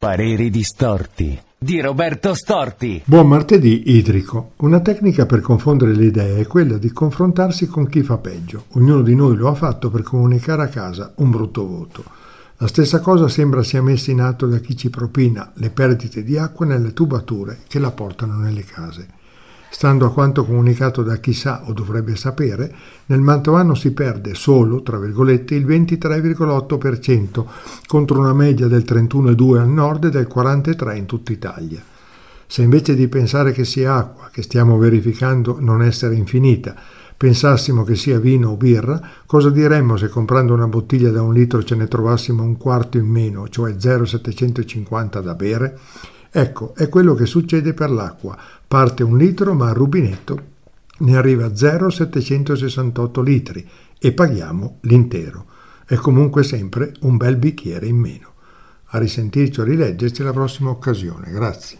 Pareri distorti di Roberto Storti. Buon martedì idrico. Una tecnica per confondere le idee è quella di confrontarsi con chi fa peggio. Ognuno di noi lo ha fatto per comunicare a casa un brutto voto. La stessa cosa sembra sia messa in atto da chi ci propina le perdite di acqua nelle tubature che la portano nelle case. Stando a quanto comunicato da chi sa o dovrebbe sapere, nel mantovano si perde solo, tra virgolette, il 23,8% contro una media del 31,2% al nord e del 43% in tutta Italia. Se invece di pensare che sia acqua, che stiamo verificando non essere infinita, pensassimo che sia vino o birra, cosa diremmo se comprando una bottiglia da 1 litro ce ne trovassimo un quarto in meno, cioè 0,750 da bere? Ecco, è quello che succede per l'acqua. Parte 1 litro, ma al rubinetto ne arriva 0,768 litri e paghiamo l'intero. È comunque sempre un bel bicchiere in meno. A risentirci o rileggerci alla prossima occasione. Grazie.